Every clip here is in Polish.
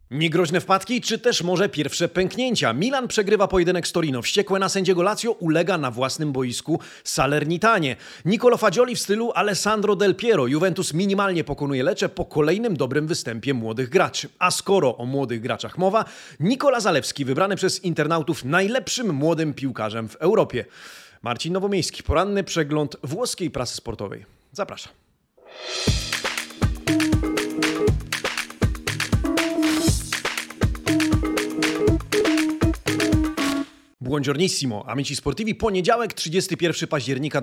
Niegroźne wpadki, czy też może pierwsze pęknięcia? Milan przegrywa pojedynek z Torino. Wściekłe na sędziego Lazio ulega na własnym boisku Salernitanie. Nicolo Fagioli w stylu Alessandro Del Piero. Juventus minimalnie pokonuje Lecce po kolejnym dobrym występie młodych graczy. A skoro o młodych graczach mowa, Nikola Zalewski wybrany przez internautów najlepszym młodym piłkarzem w Europie. Marcin Nowomiejski, poranny przegląd włoskiej prasy sportowej. Zapraszam. Buongiornissimo, amici sportivi, poniedziałek, 31 października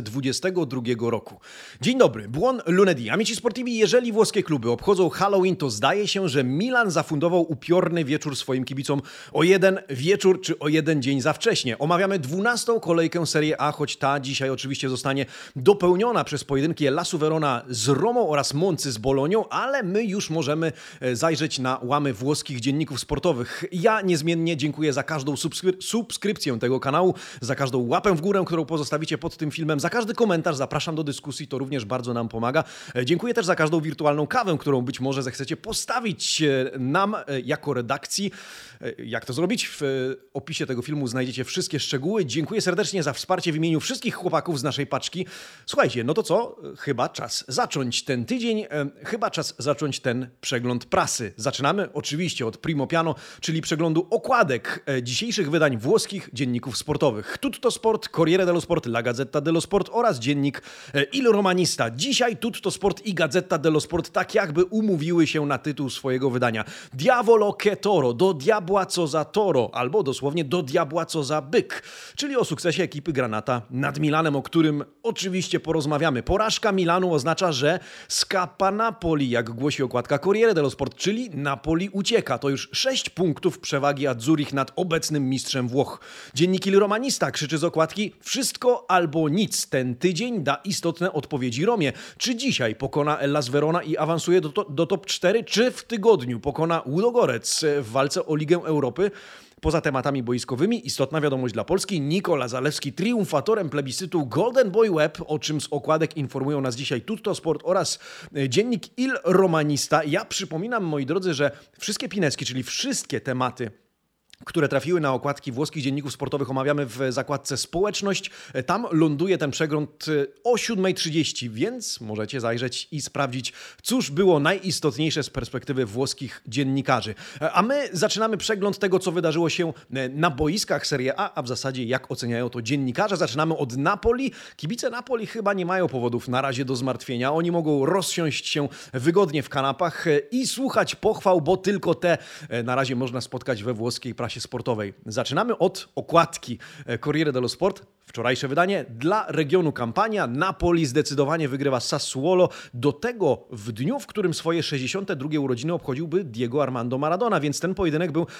2022 roku. Dzień dobry, buon lunedì. Amici sportivi, jeżeli włoskie kluby obchodzą Halloween, to zdaje się, że Milan zafundował upiorny wieczór swoim kibicom o jeden wieczór czy o jeden dzień za wcześnie. Omawiamy 12. kolejkę Serie A, choć ta dzisiaj oczywiście zostanie dopełniona przez pojedynki Ellasu Verona z Romą oraz Moncy z Bolonią, ale my już możemy zajrzeć na łamy włoskich dzienników sportowych. Ja niezmiennie dziękuję za każdą subskrypcję tego kanału, za każdą łapę w górę, którą pozostawicie pod tym filmem, za każdy komentarz, zapraszam do dyskusji, to również bardzo nam pomaga. Dziękuję też za każdą wirtualną kawę, którą być może zechcecie postawić nam jako redakcji. Jak to zrobić? W opisie tego filmu znajdziecie wszystkie szczegóły. Dziękuję serdecznie za wsparcie w imieniu wszystkich chłopaków z naszej paczki. Słuchajcie, no to co? Chyba czas zacząć ten tydzień, chyba czas zacząć ten przegląd prasy. Zaczynamy oczywiście od Primo Piano, czyli przeglądu okładek dzisiejszych wydań włoskich dzienników sportowych. Tutto Sport, Corriere dello Sport, La Gazzetta dello Sport oraz dziennik Il Romanista. Dzisiaj Tutto Sport i Gazzetta dello Sport tak jakby umówiły się na tytuł swojego wydania. Diavolo che toro, do diabła co za toro, albo dosłownie do diabła co za byk, czyli o sukcesie ekipy Granata nad Milanem, o którym oczywiście porozmawiamy. Porażka Milanu oznacza, że scappa Napoli, jak głosi okładka Corriere dello Sport, czyli Napoli ucieka. To już 6 punktów przewagi Azzurich nad obecnym mistrzem Włoch. Dziennik Il Romanista krzyczy z okładki: wszystko albo nic. Ten tydzień da istotne odpowiedzi Romie. Czy dzisiaj pokona Hellas Verona i awansuje do top 4, czy w tygodniu pokona Ludogorets w walce o Ligę Europy? Poza tematami boiskowymi istotna wiadomość dla Polski. Nikola Zalewski triumfatorem plebiscytu Golden Boy Web, o czym z okładek informują nas dzisiaj Tutto Sport oraz dziennik Il Romanista. Ja przypominam, moi drodzy, że wszystkie pineski, czyli wszystkie tematy, które trafiły na okładki włoskich dzienników sportowych, omawiamy w zakładce Społeczność. Tam ląduje ten przegląd o 7:30, więc możecie zajrzeć i sprawdzić, cóż było najistotniejsze z perspektywy włoskich dziennikarzy. A my zaczynamy przegląd tego, co wydarzyło się na boiskach Serie A, a w zasadzie jak oceniają to dziennikarze. Zaczynamy od Napoli. Kibice Napoli chyba nie mają powodów na razie do zmartwienia. Oni mogą rozsiąść się wygodnie w kanapach i słuchać pochwał, bo tylko te na razie można spotkać we włoskiej prasie sportowej. Zaczynamy od okładki Corriere dello Sport. Wczorajsze wydanie dla regionu Campania. Napoli zdecydowanie wygrywa Sassuolo. Do tego w dniu, w którym swoje 62. urodziny obchodziłby Diego Armando Maradona, więc ten pojedynek był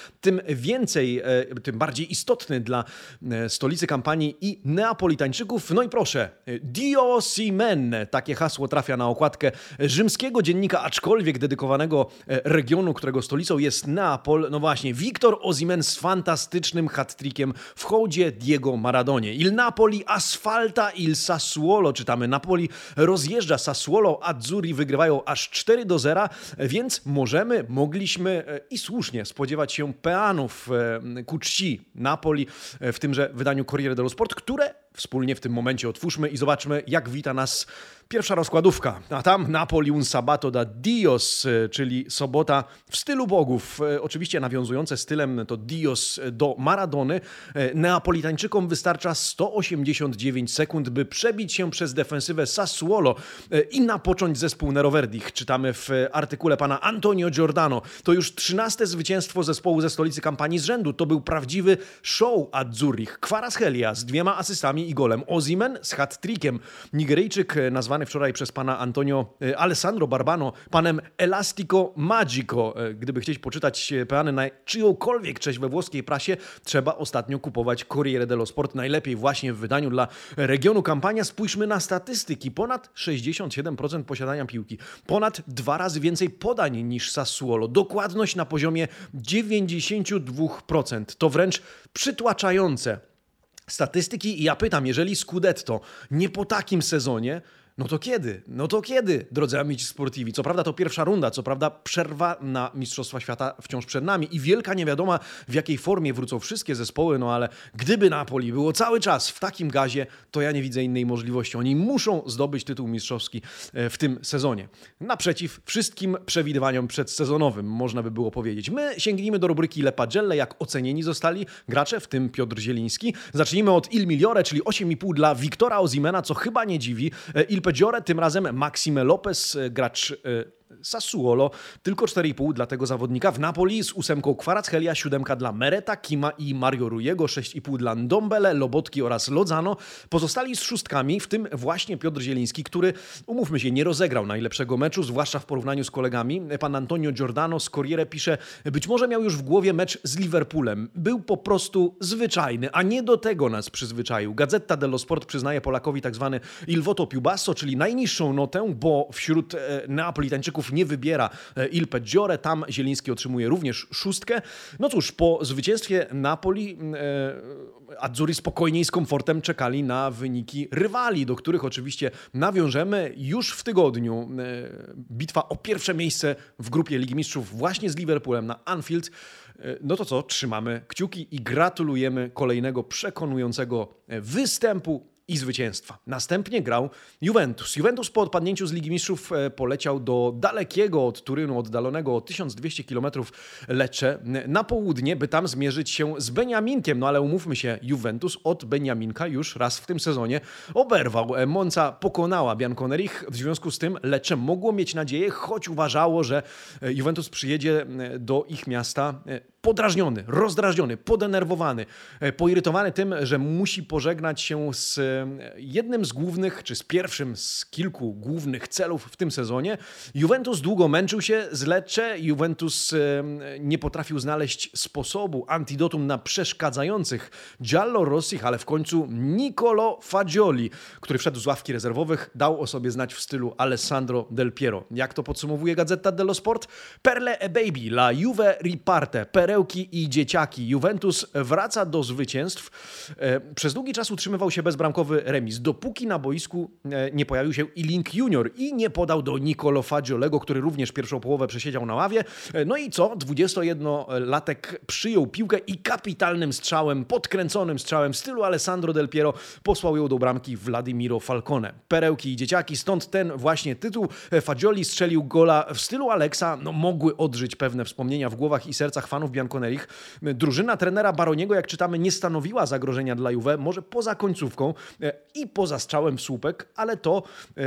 tym bardziej istotny dla stolicy Campanii i Neapolitańczyków. No i proszę, Dio si men. Takie hasło trafia na okładkę rzymskiego dziennika, aczkolwiek dedykowanego regionu, którego stolicą jest Neapol. No właśnie, Victor Osimhen z fantastycznym hat-trickiem w hołdzie Diego Maradonie. Il Napoli asfalta il Sassuolo, czytamy. Napoli rozjeżdża Sassuolo, Azzurri wygrywają aż 4-0, więc mogliśmy i słusznie spodziewać się peanów ku czci Napoli w tymże wydaniu Corriere dello Sport, które wspólnie w tym momencie otwórzmy i zobaczmy, jak wita nas pierwsza rozkładówka. A tam Napoli un sabato da Dios, czyli sobota w stylu bogów. Oczywiście nawiązujące stylem to Dios do Maradony. Neapolitańczykom wystarcza 189 sekund, by przebić się przez defensywę Sassuolo i napocząć zespół Nero Verdich. Czytamy w artykule pana Antonio Giordano. To już 13. zwycięstwo zespołu ze stolicy Campanii z rzędu. To był prawdziwy show Azzurrich. Kvaratskhelia z 2 asystami i golem. Osimhen z hat-trickiem. Nigeryjczyk nazwany wczoraj przez pana Antonio Alessandro Barbano panem Elastico Magico. Gdyby chcieć poczytać peany na czyjąkolwiek cześć we włoskiej prasie, trzeba ostatnio kupować Corriere dello Sport. Najlepiej właśnie w wydaniu dla regionu Campania. Spójrzmy na statystyki. Ponad 67% posiadania piłki. Ponad 2 razy więcej podań niż Sassuolo. Dokładność na poziomie 92%. To wręcz przytłaczające statystyki. I ja pytam, jeżeli Scudetto nie po takim sezonie, No to kiedy? No to kiedy, drodzy amici sportivi? Co prawda to pierwsza runda, co prawda przerwa na Mistrzostwa Świata wciąż przed nami i wielka niewiadoma, w jakiej formie wrócą wszystkie zespoły, no ale gdyby Napoli było cały czas w takim gazie, to ja nie widzę innej możliwości. Oni muszą zdobyć tytuł mistrzowski w tym sezonie. Naprzeciw wszystkim przewidywaniom przedsezonowym, można by było powiedzieć. My sięgnijmy do rubryki Le Pagelle, jak ocenieni zostali gracze, w tym Piotr Zieliński. Zacznijmy od Il Migliore, czyli 8,5 dla Wiktora Osimena, co chyba nie dziwi. Il Peggiore, tym razem Maxime Lopez, gracz Sassuolo, tylko 4,5 dla tego zawodnika. W Napoli z 8 Kvaratskhelia, 7 dla Mereta, Kima i Mario Rujego, 6,5 dla Ndombele, Lobotki oraz Lozano. Pozostali z szóstkami, w tym właśnie Piotr Zieliński, który, umówmy się, nie rozegrał najlepszego meczu, zwłaszcza w porównaniu z kolegami. Pan Antonio Giordano z Corriere pisze, być może miał już w głowie mecz z Liverpoolem. Był po prostu zwyczajny, a nie do tego nas przyzwyczaił. Gazzetta dello Sport przyznaje Polakowi tak zwany il voto più basso, czyli najniższą notę, bo wśród Neapolitańczyków nie wybiera Il Peggiore, tam Zieliński otrzymuje również 6. No cóż, po zwycięstwie Napoli Azzurri spokojnie i z komfortem czekali na wyniki rywali, do których oczywiście nawiążemy już w tygodniu. Bitwa o pierwsze miejsce w grupie Ligi Mistrzów właśnie z Liverpoolem na Anfield. No to co, trzymamy kciuki i gratulujemy kolejnego przekonującego występu i zwycięstwa. Następnie grał Juventus. Juventus po odpadnięciu z Ligi Mistrzów poleciał do dalekiego od Turynu, oddalonego o 1200 km Lecce na południe, by tam zmierzyć się z Beniaminkiem. No ale umówmy się, Juventus od Beniaminka już raz w tym sezonie oberwał. Monza pokonała Bianconerich, w związku z tym Lecce mogło mieć nadzieję, choć uważało, że Juventus przyjedzie do ich miasta podrażniony, rozdrażniony, podenerwowany, poirytowany tym, że musi pożegnać się z jednym z głównych, czy z pierwszym z kilku głównych celów w tym sezonie. Juventus długo męczył się z Lecce, Juventus nie potrafił znaleźć sposobu, antidotum na przeszkadzających giallorossich, ale w końcu Nicolo Fagioli, który wszedł z ławki rezerwowych, dał o sobie znać w stylu Alessandro Del Piero. Jak to podsumowuje Gazzetta dello Sport? Perle e baby, la Juve riparte, perełki i dzieciaki. Juventus wraca do zwycięstw. Przez długi czas utrzymywał się bezbramkowy remis, dopóki na boisku nie pojawił się Iling Junior i nie podał do Nicolo Fagiolego, który również pierwszą połowę przesiedział na ławie. No i co? 21-latek przyjął piłkę i kapitalnym strzałem, podkręconym strzałem w stylu Alessandro Del Piero posłał ją do bramki Wladimiro Falcone. Perełki i dzieciaki, stąd ten właśnie tytuł. Fagioli strzelił gola w stylu Alexa. No, mogły odżyć pewne wspomnienia w głowach i sercach fanów Bianconerich. Drużyna trenera Baroniego, jak czytamy, nie stanowiła zagrożenia dla Juve, może poza końcówką i poza strzałem w słupek, ale to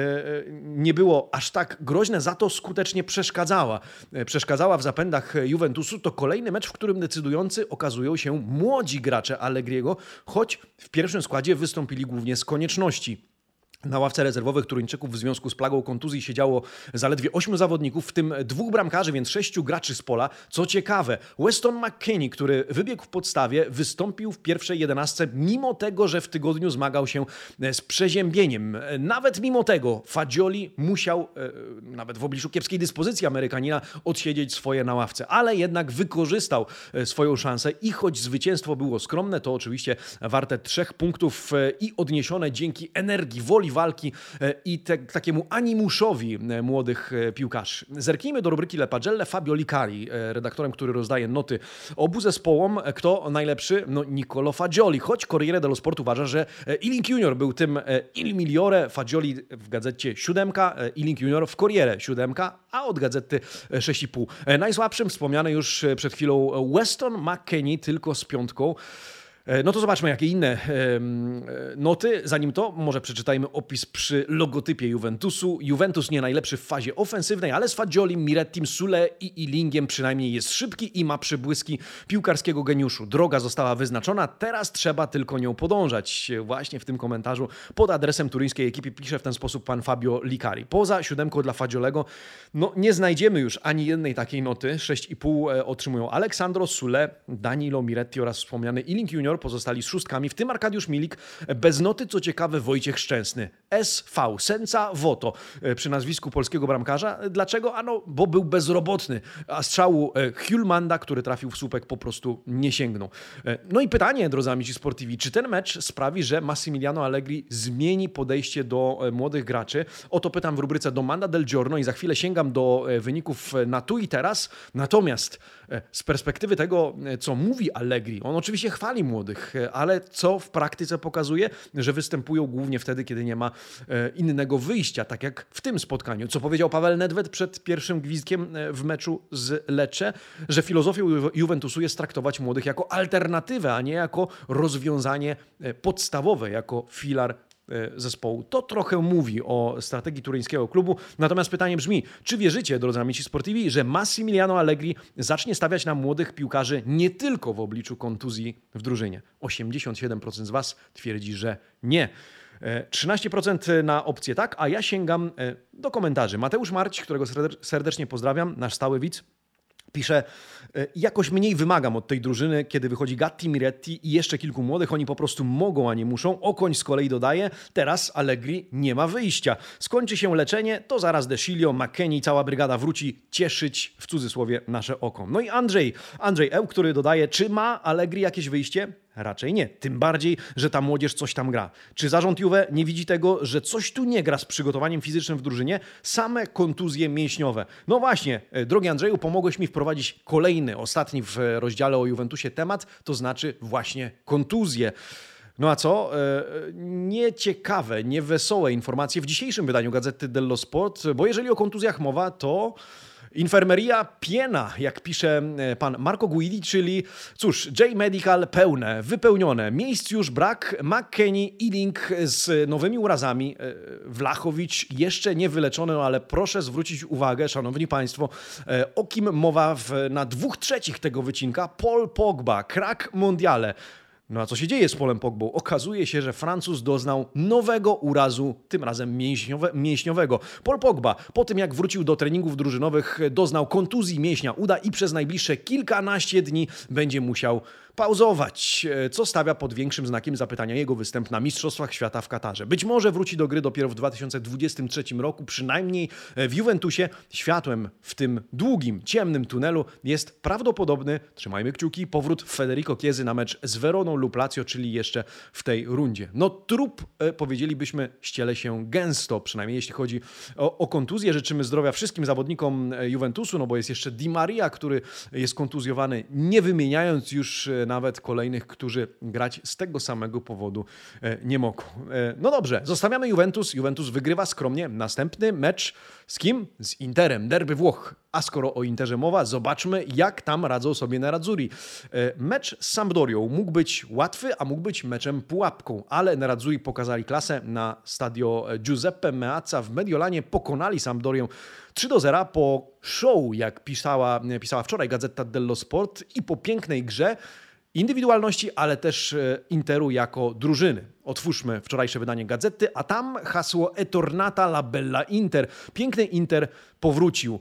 nie było aż tak groźne, za to skutecznie przeszkadzała. Przeszkadzała w zapędach Juventusu. To kolejny mecz, w którym decydujący okazują się młodzi gracze Allegriego, choć w pierwszym składzie wystąpili głównie z konieczności. Na ławce rezerwowych Turyńczyków w związku z plagą kontuzji siedziało zaledwie 8 zawodników, w tym 2 bramkarzy, więc 6 graczy z pola. Co ciekawe, Weston McKennie, który wybiegł w podstawie, wystąpił w pierwszej 11, mimo tego, że w tygodniu zmagał się z przeziębieniem. Nawet mimo tego Fagioli musiał, nawet w obliczu kiepskiej dyspozycji Amerykanina, odsiedzieć swoje na ławce, ale jednak wykorzystał swoją szansę i choć zwycięstwo było skromne, to oczywiście warte 3 punktów i odniesione dzięki energii, woli walki i takiemu animuszowi młodych piłkarzy. Zerknijmy do rubryki Le Pagelle. Fabio Licari, redaktorem, który rozdaje noty obu zespołom. Kto najlepszy? No Nicolo Fagioli, choć Corriere dello Sport uważa, że Iling Junior był tym Il Migliore. Fagioli w gazecie 7, Iling Junior w Corriere 7, a od gazety 6,5. Najsłabszym wspomniany już przed chwilą Weston McKennie, tylko z 5. No to zobaczmy, jakie inne noty. Zanim to, może przeczytajmy opis przy logotypie Juventusu. Juventus nie najlepszy w fazie ofensywnej, ale z Fagiolim, Mirettim, Sule i Ilingiem przynajmniej jest szybki i ma przybłyski piłkarskiego geniuszu. Droga została wyznaczona, teraz trzeba tylko nią podążać. Właśnie w tym komentarzu pod adresem turyńskiej ekipy pisze w ten sposób pan Fabio Licari. Poza 7 dla Fagiolego, no nie znajdziemy już ani jednej takiej noty. 6,5 otrzymują Alessandro, Sule, Danilo, Miretti oraz wspomniany Iling Junior. Junior pozostali z szóstkami, w tym Arkadiusz Milik, bez noty, co ciekawe, Wojciech Szczęsny. SV, Senza Voto, przy nazwisku polskiego bramkarza. Dlaczego? Ano, bo był bezrobotny, a strzału Hjulmanda, który trafił w słupek, po prostu nie sięgnął. No i pytanie, drodzy amici sportivi, czy ten mecz sprawi, że Massimiliano Allegri zmieni podejście do młodych graczy? O to pytam w rubryce Domanda del Giorno i za chwilę sięgam do wyników na tu i teraz. Natomiast z perspektywy tego, co mówi Allegri, on oczywiście chwali młodych, ale co w praktyce pokazuje, że występują głównie wtedy, kiedy nie ma innego wyjścia, tak jak w tym spotkaniu. Co powiedział Paweł Nedved przed pierwszym gwizdkiem w meczu z Lecce, że filozofią Juventusu jest traktować młodych jako alternatywę, a nie jako rozwiązanie podstawowe, jako filar zespołu. To trochę mówi o strategii turyńskiego klubu. Natomiast pytanie brzmi, czy wierzycie, drodzy amici sportivi, że Massimiliano Allegri zacznie stawiać na młodych piłkarzy nie tylko w obliczu kontuzji w drużynie? 87% z was twierdzi, że nie. 13% na opcję tak, a ja sięgam do komentarzy. Mateusz Marć, którego serdecznie pozdrawiam, nasz stały widz, pisze, jakoś mniej wymagam od tej drużyny, kiedy wychodzi Gatti, Miretti i jeszcze kilku młodych. Oni po prostu mogą, a nie muszą. Okoń z kolei dodaje, teraz Allegri nie ma wyjścia. Skończy się leczenie, to zaraz De Sciglio, McKennie, cała brygada wróci cieszyć, w cudzysłowie, nasze oko. No i Andrzej Eł, który dodaje, czy ma Allegri jakieś wyjście? Raczej nie. Tym bardziej, że ta młodzież coś tam gra. Czy zarząd Juve nie widzi tego, że coś tu nie gra z przygotowaniem fizycznym w drużynie? Same kontuzje mięśniowe. No właśnie, drogi Andrzeju, pomogłeś mi wprowadzić kolejny, ostatni w rozdziale o Juventusie temat, to znaczy właśnie kontuzje. No a co? Nieciekawe, niewesołe informacje w dzisiejszym wydaniu Gazety dello Sport, bo jeżeli o kontuzjach mowa, to Infermeria piena, jak pisze pan Marco Guidi, czyli cóż, J-Medical pełne, wypełnione, miejsc już brak, McKennie, Ealing z nowymi urazami, Vlahovic jeszcze nie wyleczony, ale proszę zwrócić uwagę, szanowni państwo, o kim mowa na 2/3 tego wycinka, Paul Pogba, krak mondiale. No a co się dzieje z Polem Pogbą? Okazuje się, że Francuz doznał nowego urazu, tym razem mięśniowego. Paul Pogba, po tym jak wrócił do treningów drużynowych, doznał kontuzji mięśnia uda i przez najbliższe kilkanaście dni będzie musiał pauzować, co stawia pod większym znakiem zapytania jego występ na Mistrzostwach Świata w Katarze. Być może wróci do gry dopiero w 2023 roku, przynajmniej w Juventusie. Światłem w tym długim, ciemnym tunelu jest prawdopodobny, trzymajmy kciuki, powrót Federico Chiesy na mecz z Veroną lub Lazio, czyli jeszcze w tej rundzie. No trup, powiedzielibyśmy, ściele się gęsto, przynajmniej jeśli chodzi o kontuzję. Życzymy zdrowia wszystkim zawodnikom Juventusu, no bo jest jeszcze Di Maria, który jest kontuzjowany, nie wymieniając już nawet kolejnych, którzy grać z tego samego powodu nie mogą. No dobrze, zostawiamy Juventus. Juventus wygrywa skromnie następny mecz z kim? Z Interem, derby Włoch. A skoro o Interze mowa, zobaczmy, jak tam radzą sobie Nerazzurri. Mecz z Sampdorią mógł być łatwy, a mógł być meczem pułapką, ale Nerazzurri pokazali klasę na stadio Giuseppe Meazza w Mediolanie, pokonali Sampdorię 3-0 po show, jak pisała wczoraj Gazzetta dello Sport i po pięknej grze indywidualności, ale też Interu jako drużyny. Otwórzmy wczorajsze wydanie Gazety, a tam hasło "E tornata la bella Inter". Piękny Inter powrócił.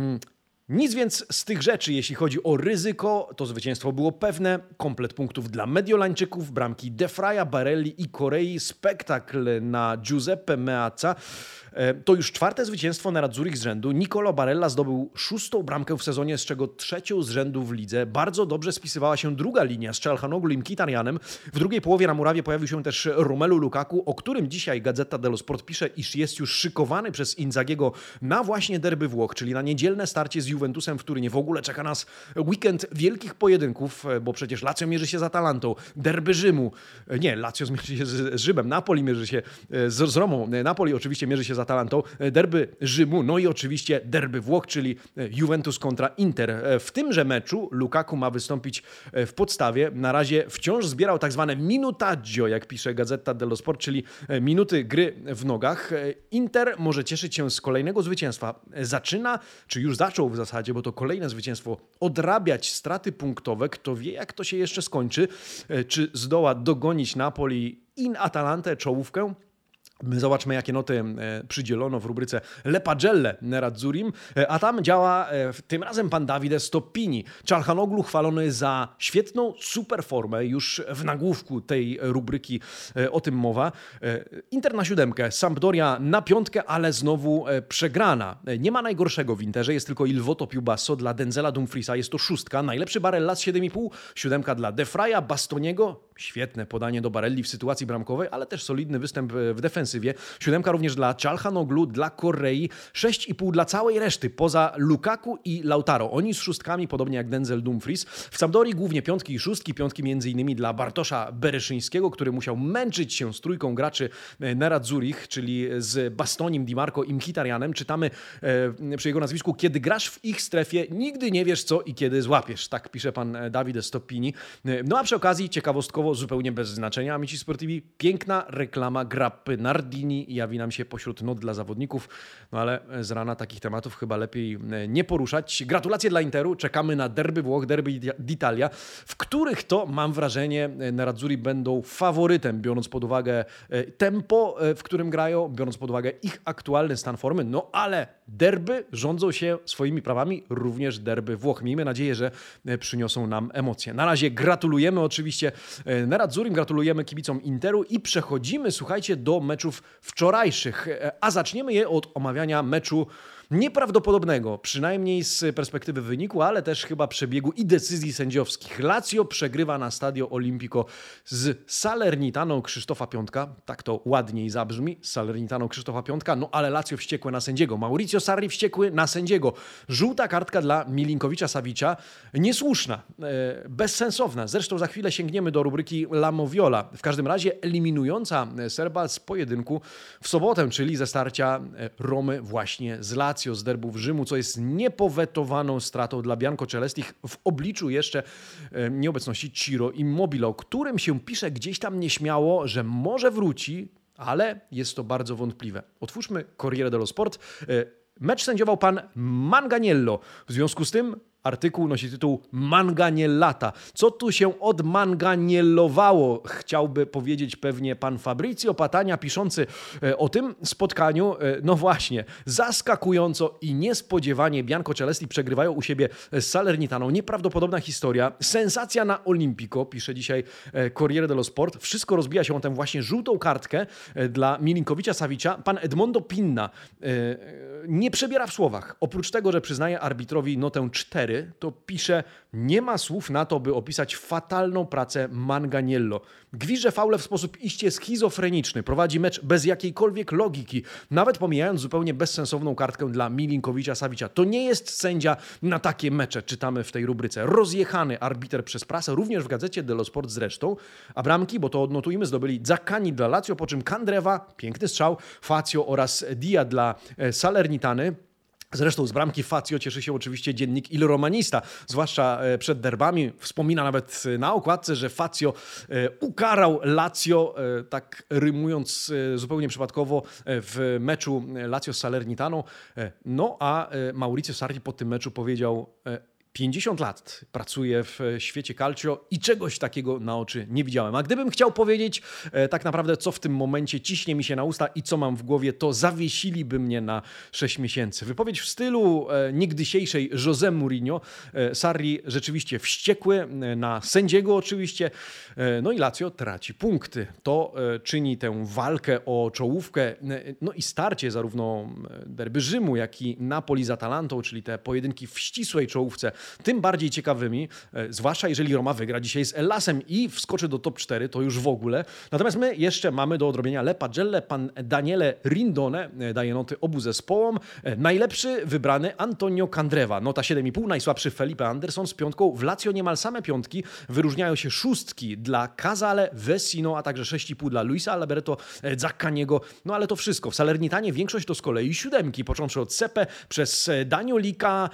Nic więc z tych rzeczy, jeśli chodzi o ryzyko, to zwycięstwo było pewne. Komplet punktów dla Mediolańczyków, bramki De Fraja, Barelli i Korei, spektakl na Giuseppe Meazza. To już czwarte zwycięstwo Nerazzurich z rzędu. Nicolo Barella zdobył 6. bramkę w sezonie, z czego 3. z rzędu w lidze. Bardzo dobrze spisywała się druga linia z Çalhanoğlu i Mkhitaryanem. W drugiej połowie na murawie pojawił się też Romelu Lukaku, o którym dzisiaj Gazzetta dello Sport pisze, iż jest już szykowany przez Inzagiego na właśnie derby Włoch, czyli na niedzielne starcie z Juventusem, w Turynie. W ogóle czeka nas weekend wielkich pojedynków, bo przecież Lazio mierzy się z Atalantą, derby Rzymu. Nie, Lazio mierzy się z Rzymem, Napoli mierzy się z Romą. Napoli oczywiście mierzy się z Atalantą, derby Rzymu, no i oczywiście derby Włoch, czyli Juventus kontra Inter. W tymże meczu Lukaku ma wystąpić w podstawie. Na razie wciąż zbierał tak zwane minutaggio, jak pisze Gazzetta dello Sport, czyli minuty gry w nogach. Inter może cieszyć się z kolejnego zwycięstwa. Zaczyna, czy już zaczął w zasadzie, bo to kolejne zwycięstwo, odrabiać straty punktowe. Kto wie, jak to się jeszcze skończy. Czy zdoła dogonić Napoli i Atalantę, czołówkę? Zobaczmy, jakie noty przydzielono w rubryce Le Pagelle Nerazzurim, a tam działa tym razem pan Davide Stoppini. Çalhanoğlu chwalony za świetną, super formę. Już w nagłówku tej rubryki o tym mowa. Inter na 7, Sampdoria na 5, ale znowu przegrana. Nie ma najgorszego w Interze, jest tylko Il Voto più basso dla Denzela Dumfriesa, jest to 6. Najlepszy Barellas 7,5, 7 dla De Vrija, Bastoniego. Świetne podanie do Barelli w sytuacji bramkowej, ale też solidny występ w defensywie. 7 również dla Çalhanoğlu, dla Correi, 6,5 dla całej reszty, poza Lukaku i Lautaro. Oni z 6, podobnie jak Denzel Dumfries. W Sampdorii głównie 5 i 6, 5 m.in. dla Bartosza Bereszyńskiego, który musiał męczyć się z trójką graczy Nerazzurich, czyli z Bastonim, Di Marco i Mkhitaryanem. Czytamy przy jego nazwisku: kiedy grasz w ich strefie, nigdy nie wiesz co i kiedy złapiesz. Tak pisze pan Davide Stoppini. No a przy okazji, ciekawostkowo, zupełnie bez znaczenia, amici sportivi, piękna reklama grappy Nardini jawi nam się pośród not dla zawodników, no ale z rana takich tematów chyba lepiej nie poruszać. Gratulacje dla Interu, czekamy na derby Włoch, derby d'Italia, w których to, mam wrażenie, Nerazzurri będą faworytem, biorąc pod uwagę tempo, w którym grają, biorąc pod uwagę ich aktualny stan formy, no ale derby rządzą się swoimi prawami, również derby Włoch. Miejmy nadzieję, że przyniosą nam emocje. Na razie gratulujemy oczywiście Nerazzurim, gratulujemy kibicom Interu i przechodzimy, słuchajcie, do meczów wczorajszych, a zaczniemy je od omawiania meczu nieprawdopodobnego, przynajmniej z perspektywy wyniku, ale też chyba przebiegu i decyzji sędziowskich. Lazio przegrywa na Stadio Olimpico z Salernitaną Krzysztofa Piątka, tak to ładniej zabrzmi, Salernitaną Krzysztofa Piątka, no ale Lazio wściekłe na sędziego, Maurizio Sarri wściekły na sędziego. Żółta kartka dla Milinkowicza-Savicza, niesłuszna, bezsensowna, zresztą za chwilę sięgniemy do rubryki La Moviola, w każdym razie eliminująca Serba z pojedynku w sobotę, czyli ze starcia Romy właśnie z Lazio, z derbów Rzymu, co jest niepowetowaną stratą dla Biancocelestich w obliczu jeszcze nieobecności Ciro Immobile, o którym się pisze gdzieś tam nieśmiało, że może wróci, ale jest to bardzo wątpliwe. Otwórzmy Corriere dello Sport. Mecz sędziował pan Manganiello. W związku z tym artykuł nosi tytuł Manganiellata. Co tu się odmanganielowało? Chciałby powiedzieć pewnie pan Fabrizio Patania, piszący o tym spotkaniu. No właśnie, zaskakująco i niespodziewanie Biancocelesti przegrywają u siebie z Salernitaną. Nieprawdopodobna historia. Sensacja na Olimpico, pisze dzisiaj Corriere dello Sport. Wszystko rozbija się o tę właśnie żółtą kartkę dla Milinkowicza-Savicza. Pan Edmondo Pinna nie przebiera w słowach. Oprócz tego, że przyznaje arbitrowi notę 4, to pisze: nie ma słów na to, by opisać fatalną pracę Manganiello. Gwizdże faule w sposób iście schizofreniczny. Prowadzi mecz bez jakiejkolwiek logiki, nawet pomijając zupełnie bezsensowną kartkę dla Milinkowicza-Savicza. To nie jest sędzia na takie mecze, czytamy w tej rubryce. Rozjechany arbiter przez prasę, również w gazecie dello Sport zresztą. A bramki, bo to odnotujmy, zdobyli Zaccani dla Lazio, po czym Candreva, piękny strzał, Fazio oraz Dia dla Salernitany. Zresztą z bramki Fazio cieszy się oczywiście dziennik Il Romanista, zwłaszcza przed derbami. Wspomina nawet na okładce, że Fazio ukarał Lazio, tak rymując zupełnie przypadkowo, w meczu Lazio z Salernitaną. No a Maurizio Sarri po tym meczu powiedział: 50 lat pracuję w świecie calcio i czegoś takiego na oczy nie widziałem. A gdybym chciał powiedzieć tak naprawdę, co w tym momencie ciśnie mi się na usta i co mam w głowie, to zawiesiliby mnie na 6 miesięcy. Wypowiedź w stylu niegdysiejszej José Mourinho. Sarri rzeczywiście wściekły na sędziego oczywiście. No i Lazio traci punkty. To czyni tę walkę o czołówkę, no i starcie zarówno derby Rzymu, jak i Napoli z Atalantą, czyli te pojedynki w ścisłej czołówce, tym bardziej ciekawymi, zwłaszcza jeżeli Roma wygra dzisiaj z Hellasem i wskoczy do top 4, to już w ogóle. Natomiast my jeszcze mamy do odrobienia Le Pagelle. Pan Daniele Rindone daje noty obu zespołom. Najlepszy wybrany Antonio Candreva, nota 7,5, najsłabszy Felipe Anderson z 5. W Lazio niemal same piątki, wyróżniają się 6 dla Casale, Vecino, a także 6,5 dla Luisa Alberto Zaccaniego. No ale to wszystko. W Salernitanie większość to z kolei 7, począwszy od Sepe, przez Daniolika,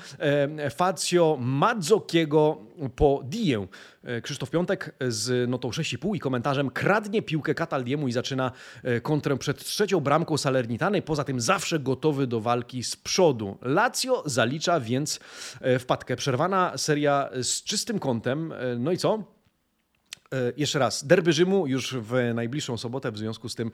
Fazio, Mazzokiego po Dię. Krzysztof Piątek z notą 6,5 i komentarzem: kradnie piłkę Cataldiemu i zaczyna kontrę przed trzecią bramką Salernitany. Poza tym zawsze gotowy do walki z przodu. Lazio zalicza więc wpadkę. Przerwana seria z czystym kątem. No i co? jeszcze raz, derby Rzymu już w najbliższą sobotę, w związku z tym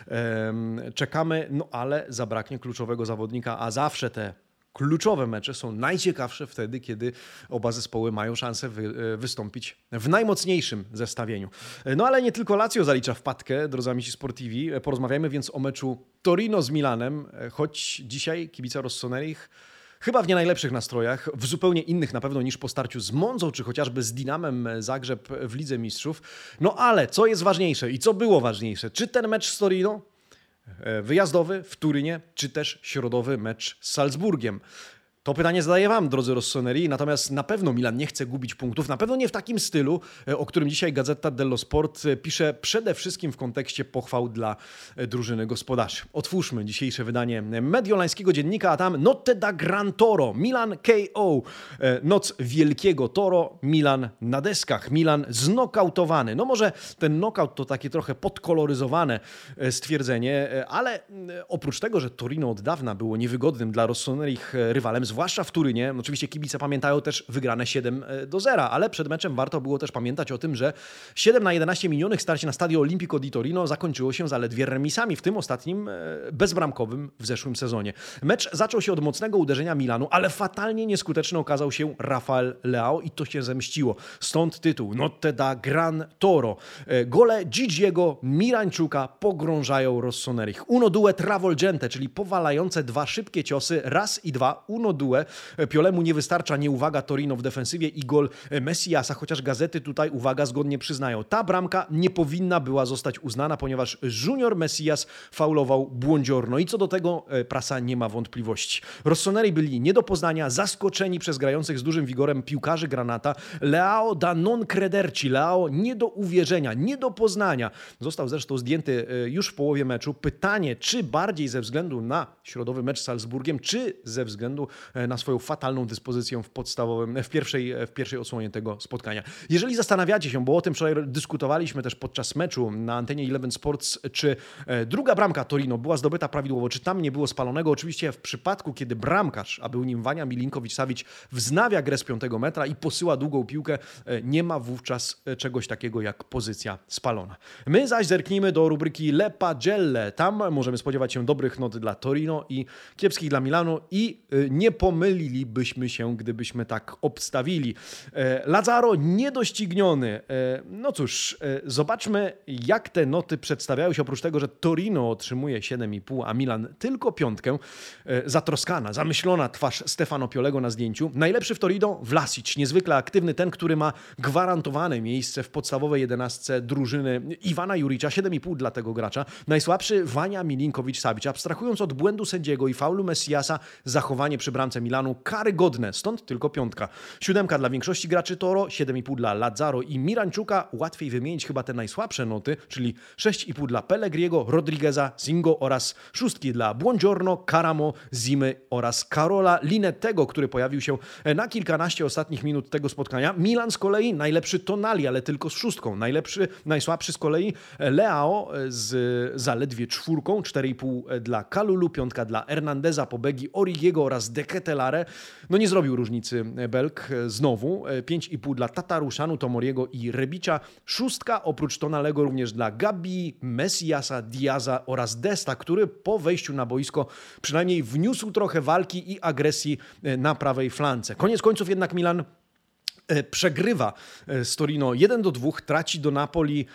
czekamy, no ale zabraknie kluczowego zawodnika, a zawsze te kluczowe mecze są najciekawsze wtedy, kiedy oba zespoły mają szansę wystąpić w najmocniejszym zestawieniu. No ale nie tylko Lazio zalicza wpadkę, drodzy amici sportivi. Porozmawiajmy więc o meczu Torino z Milanem, choć dzisiaj kibice Rossoneri chyba w nie najlepszych nastrojach, w zupełnie innych na pewno niż po starciu z Monzą, czy chociażby z Dinamem Zagrzeb w Lidze Mistrzów. No ale co jest ważniejsze i co było ważniejsze? Czy ten mecz z Torino wyjazdowy w Turynie, czy też środowy mecz z Salzburgiem? To pytanie zadaję wam, drodzy Rossoneri, natomiast na pewno Milan nie chce gubić punktów, na pewno nie w takim stylu, o którym dzisiaj Gazzetta dello Sport pisze przede wszystkim w kontekście pochwał dla drużyny gospodarzy. Otwórzmy dzisiejsze wydanie mediolańskiego dziennika, a tam Notte da Gran Toro, Milan KO, noc wielkiego Toro, Milan na deskach, Milan znokautowany. No może ten nokaut to takie trochę podkoloryzowane stwierdzenie, ale oprócz tego, że Torino od dawna było niewygodnym dla Rossonerich rywalem, zwłaszcza w Turynie. Oczywiście kibice pamiętają też wygrane 7-0, ale przed meczem warto było też pamiętać o tym, że 7-11 minionych starcie na Stadio Olimpico di Torino zakończyło się zaledwie remisami, w tym ostatnim bezbramkowym w zeszłym sezonie. Mecz zaczął się od mocnego uderzenia Milanu, ale fatalnie nieskuteczny okazał się Rafael Leao i to się zemściło. Stąd tytuł Notte da Gran Toro. Gole Gigiego Mirańczuka pogrążają Rossonerich. Uno due travolgente, czyli powalające dwa szybkie ciosy, raz i dwa, uno due. Piolemu nie wystarcza nieuwaga Torino w defensywie i gol Messiasa, chociaż gazety tutaj, uwaga, zgodnie przyznają. Ta bramka nie powinna była zostać uznana, ponieważ Junior Messias faulował Buongiorno i co do tego prasa nie ma wątpliwości. Rossoneri byli nie do poznania, zaskoczeni przez grających z dużym wigorem piłkarzy Granata. Leao da non crederci, Leao nie do uwierzenia, nie do poznania. Został zresztą zdjęty już w połowie meczu. Pytanie, czy bardziej ze względu na środowy mecz z Salzburgiem, czy ze względu na swoją fatalną dyspozycję w pierwszej odsłonie tego spotkania. Jeżeli zastanawiacie się, bo o tym wczoraj dyskutowaliśmy też podczas meczu na antenie Eleven Sports, czy druga bramka Torino była zdobyta prawidłowo, czy tam nie było spalonego, oczywiście w przypadku, kiedy bramkarz, a był nim Vanja Milinković-Savic, wznawia grę z 5 metra i posyła długą piłkę, nie ma wówczas czegoś takiego jak pozycja spalona. My zaś zerknijmy do rubryki Le Pagelle. Tam możemy spodziewać się dobrych not dla Torino i kiepskich dla Milanu i nie pomylilibyśmy się, gdybyśmy tak obstawili. Lazzaro niedościgniony. No cóż, zobaczmy, jak te noty przedstawiają się. Oprócz tego, że Torino otrzymuje 7,5, a Milan tylko 5. Zatroskana, zamyślona twarz Stefano Piolego na zdjęciu. Najlepszy w Torino Vlasic, niezwykle aktywny, ten, który ma gwarantowane miejsce w podstawowej 11 drużyny Iwana Juricza. 7,5 dla tego gracza. Najsłabszy Vanja Milinković-Savic. Abstrahując od błędu sędziego i faulu Messiasa, zachowanie przy bramce Milanu karygodne, stąd tylko 5. 7 dla większości graczy Toro, 7,5 dla Lazzaro i Mirańczuka. Łatwiej wymienić chyba te najsłabsze noty, czyli 6,5 dla Pellegriego, Rodrigueza, Zingo oraz 6 dla Buongiorno, Caramo, Zimy oraz Carola Linettego, który pojawił się na kilkanaście ostatnich minut tego spotkania. Milan z kolei najlepszy Tonali, ale tylko z 6. Najsłabszy z kolei Leao z zaledwie 4, 4,5 dla Kalulu, 5 dla Hernandeza, Pobegi, Origiego oraz De Ketelare. No nie zrobił różnicy Belg znowu. 5,5 dla Tataruszanu, Tomoriego i Rebicza. 6 oprócz Tonalego również dla Gabi, Messiasa, Diaza oraz Desta, który po wejściu na boisko przynajmniej wniósł trochę walki i agresji na prawej flance. Koniec końców jednak Milan przegrywa z Torino 1-2, traci do Napoli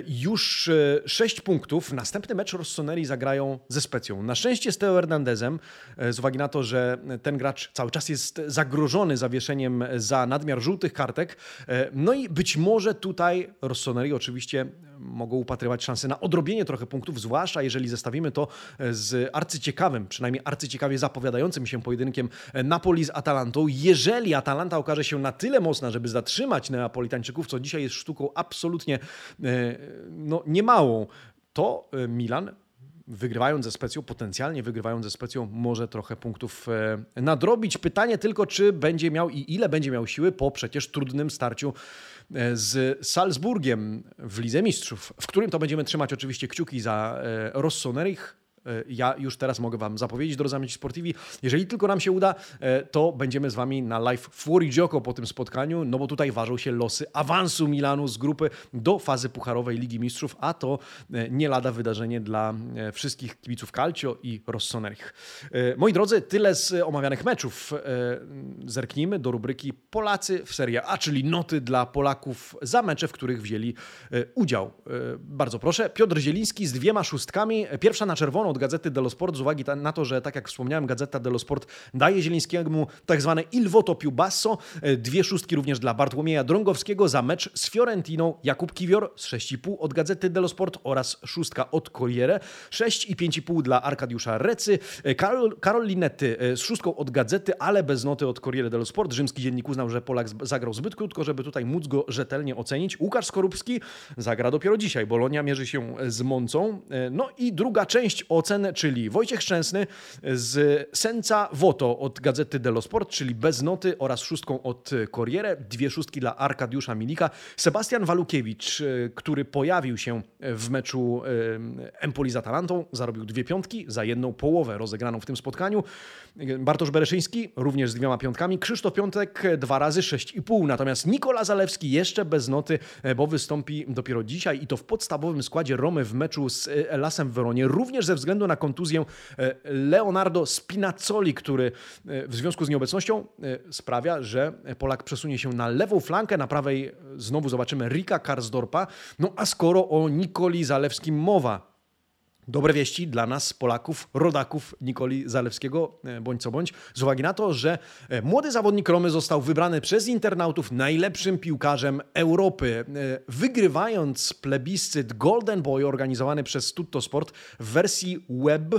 już 6 punktów. Następny mecz Rossoneri zagrają ze Specją. Na szczęście z Teo Hernandezem, z uwagi na to, że ten gracz cały czas jest zagrożony zawieszeniem za nadmiar żółtych kartek. No i być może tutaj Rossoneri oczywiście mogą upatrywać szansy na odrobienie trochę punktów, zwłaszcza jeżeli zestawimy to z arcyciekawym, przynajmniej arcyciekawie zapowiadającym się pojedynkiem Napoli z Atalantą. Jeżeli Atalanta okaże się na tyle mocna, żeby zatrzymać Neapolitańczyków, co dzisiaj jest sztuką absolutnie niemałą, to Milan wygrywając ze Specją, potencjalnie wygrywając ze Specją, może trochę punktów nadrobić. Pytanie tylko, czy będzie miał i ile będzie miał siły po przecież trudnym starciu z Salzburgiem w Lidze Mistrzów, w którym to będziemy trzymać oczywiście kciuki za Rossoneri. Ja już teraz mogę wam zapowiedzieć, drodzy amici sportivi, jeżeli tylko nam się uda, to będziemy z wami na live Fuorigioco po tym spotkaniu, no bo tutaj ważą się losy awansu Milanu z grupy do fazy pucharowej Ligi Mistrzów, a to nie lada wydarzenie dla wszystkich kibiców Calcio i Rossoneri. Moi drodzy, tyle z omawianych meczów. Zerknijmy do rubryki Polacy w Serie A, czyli noty dla Polaków za mecze, w których wzięli udział. Bardzo proszę. Piotr Zieliński z 2 szóstkami. Pierwsza na czerwono od Gazety dello Sport z uwagi na to, że tak jak wspomniałem, Gazeta dello Sport daje Zielińskiemu tak zwane il voto più basso. 2 szóstki również dla Bartłomieja Drągowskiego za mecz z Fiorentiną. Jakub Kiwior z 6,5 od Gazety dello Sport oraz 6 od Corriere. 6 i 5,5 dla Arkadiusza Recy. Karol Linetti z 6 od Gazety, ale bez noty od Corriere dello Sport. Rzymski dziennik uznał, że Polak zagrał zbyt krótko, żeby tutaj móc go rzetelnie ocenić. Łukasz Skorupski zagra dopiero dzisiaj. Bologna mierzy się z Moncą. No i druga część ocen, czyli Wojciech Szczęsny z senza voto od Gazety dello Sport, czyli bez noty, oraz 6 od Corriere. 2 szóstki dla Arkadiusza Milika. Sebastian Walukiewicz, który pojawił się w meczu Empoli z Atalantą, zarobił 2 piątki za 1 połowę rozegraną w tym spotkaniu. Bartosz Bereszyński również z 2 piątkami. Krzysztof Piątek 2 razy 6,5. Natomiast Nikola Zalewski jeszcze bez noty, bo wystąpi dopiero dzisiaj i to w podstawowym składzie Romy w meczu z Elasem w Weronie. Również ze względu na kontuzję Leonardo Spinazzoli, który w związku z nieobecnością sprawia, że Polak przesunie się na lewą flankę. Na prawej znowu zobaczymy Rika Karsdorpa. No a skoro o Nikoli Zalewskim mowa, dobre wieści dla nas, Polaków, rodaków Nikoli Zalewskiego, bądź co bądź, z uwagi na to, że młody zawodnik Romy został wybrany przez internautów najlepszym piłkarzem Europy, wygrywając plebiscyt Golden Boy organizowany przez Tuttosport w wersji web,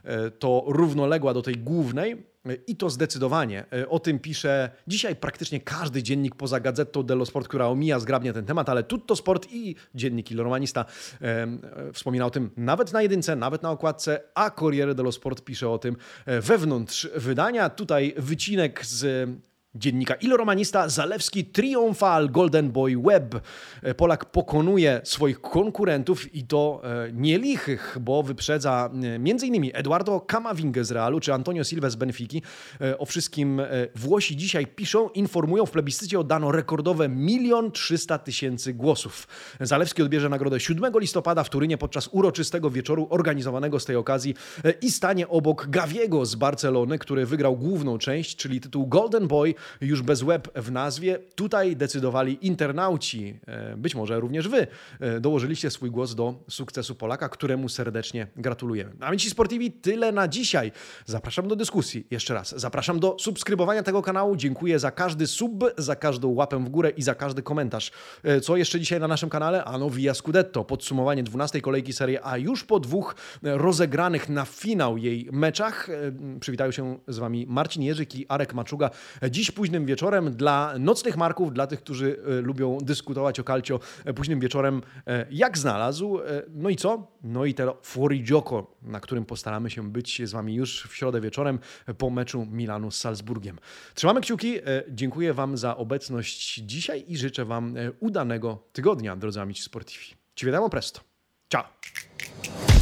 to równoległa do tej głównej. I to zdecydowanie. O tym pisze dzisiaj praktycznie każdy dziennik poza Gazetą dello Sport, która omija zgrabnie ten temat, ale Tuttosport i dziennik Il Romanista wspomina o tym nawet na jedynce, nawet na okładce, a Corriere dello Sport pisze o tym wewnątrz wydania. Tutaj wycinek z dziennika Il Romanista. Zalewski triumfal Golden Boy Web. Polak pokonuje swoich konkurentów i to nielichych, bo wyprzedza m.in. Eduardo Camavinga z Realu czy Antonio Silva z Benfiki. O wszystkim Włosi dzisiaj piszą, informują. W plebiscycie oddano rekordowe 1 300 000 głosów. Zalewski odbierze nagrodę 7 listopada w Turynie podczas uroczystego wieczoru organizowanego z tej okazji i stanie obok Gaviego z Barcelony, który wygrał główną część, czyli tytuł Golden Boy, już bez web w nazwie. Tutaj decydowali internauci, być może również wy, dołożyliście swój głos do sukcesu Polaka, któremu serdecznie gratulujemy. Amici Sportivi, tyle na dzisiaj. Zapraszam do dyskusji. Jeszcze raz, zapraszam do subskrybowania tego kanału. Dziękuję za każdy sub, za każdą łapę w górę i za każdy komentarz. Co jeszcze dzisiaj na naszym kanale? Ano Via Scudetto. Podsumowanie 12. kolejki Serie A już po 2 rozegranych na finał jej meczach. Przywitają się z wami Marcin Jerzyk i Arek Maczuga. Dziś późnym wieczorem dla nocnych marków, dla tych, którzy lubią dyskutować o calcio, późnym wieczorem jak znalazł. No i co? No i to Fuorigioco, na którym postaramy się być z wami już w środę wieczorem po meczu Milanu z Salzburgiem. Trzymamy kciuki, dziękuję wam za obecność dzisiaj i życzę wam udanego tygodnia, drodzy amici sportivi. Ci vediamo presto. Ciao!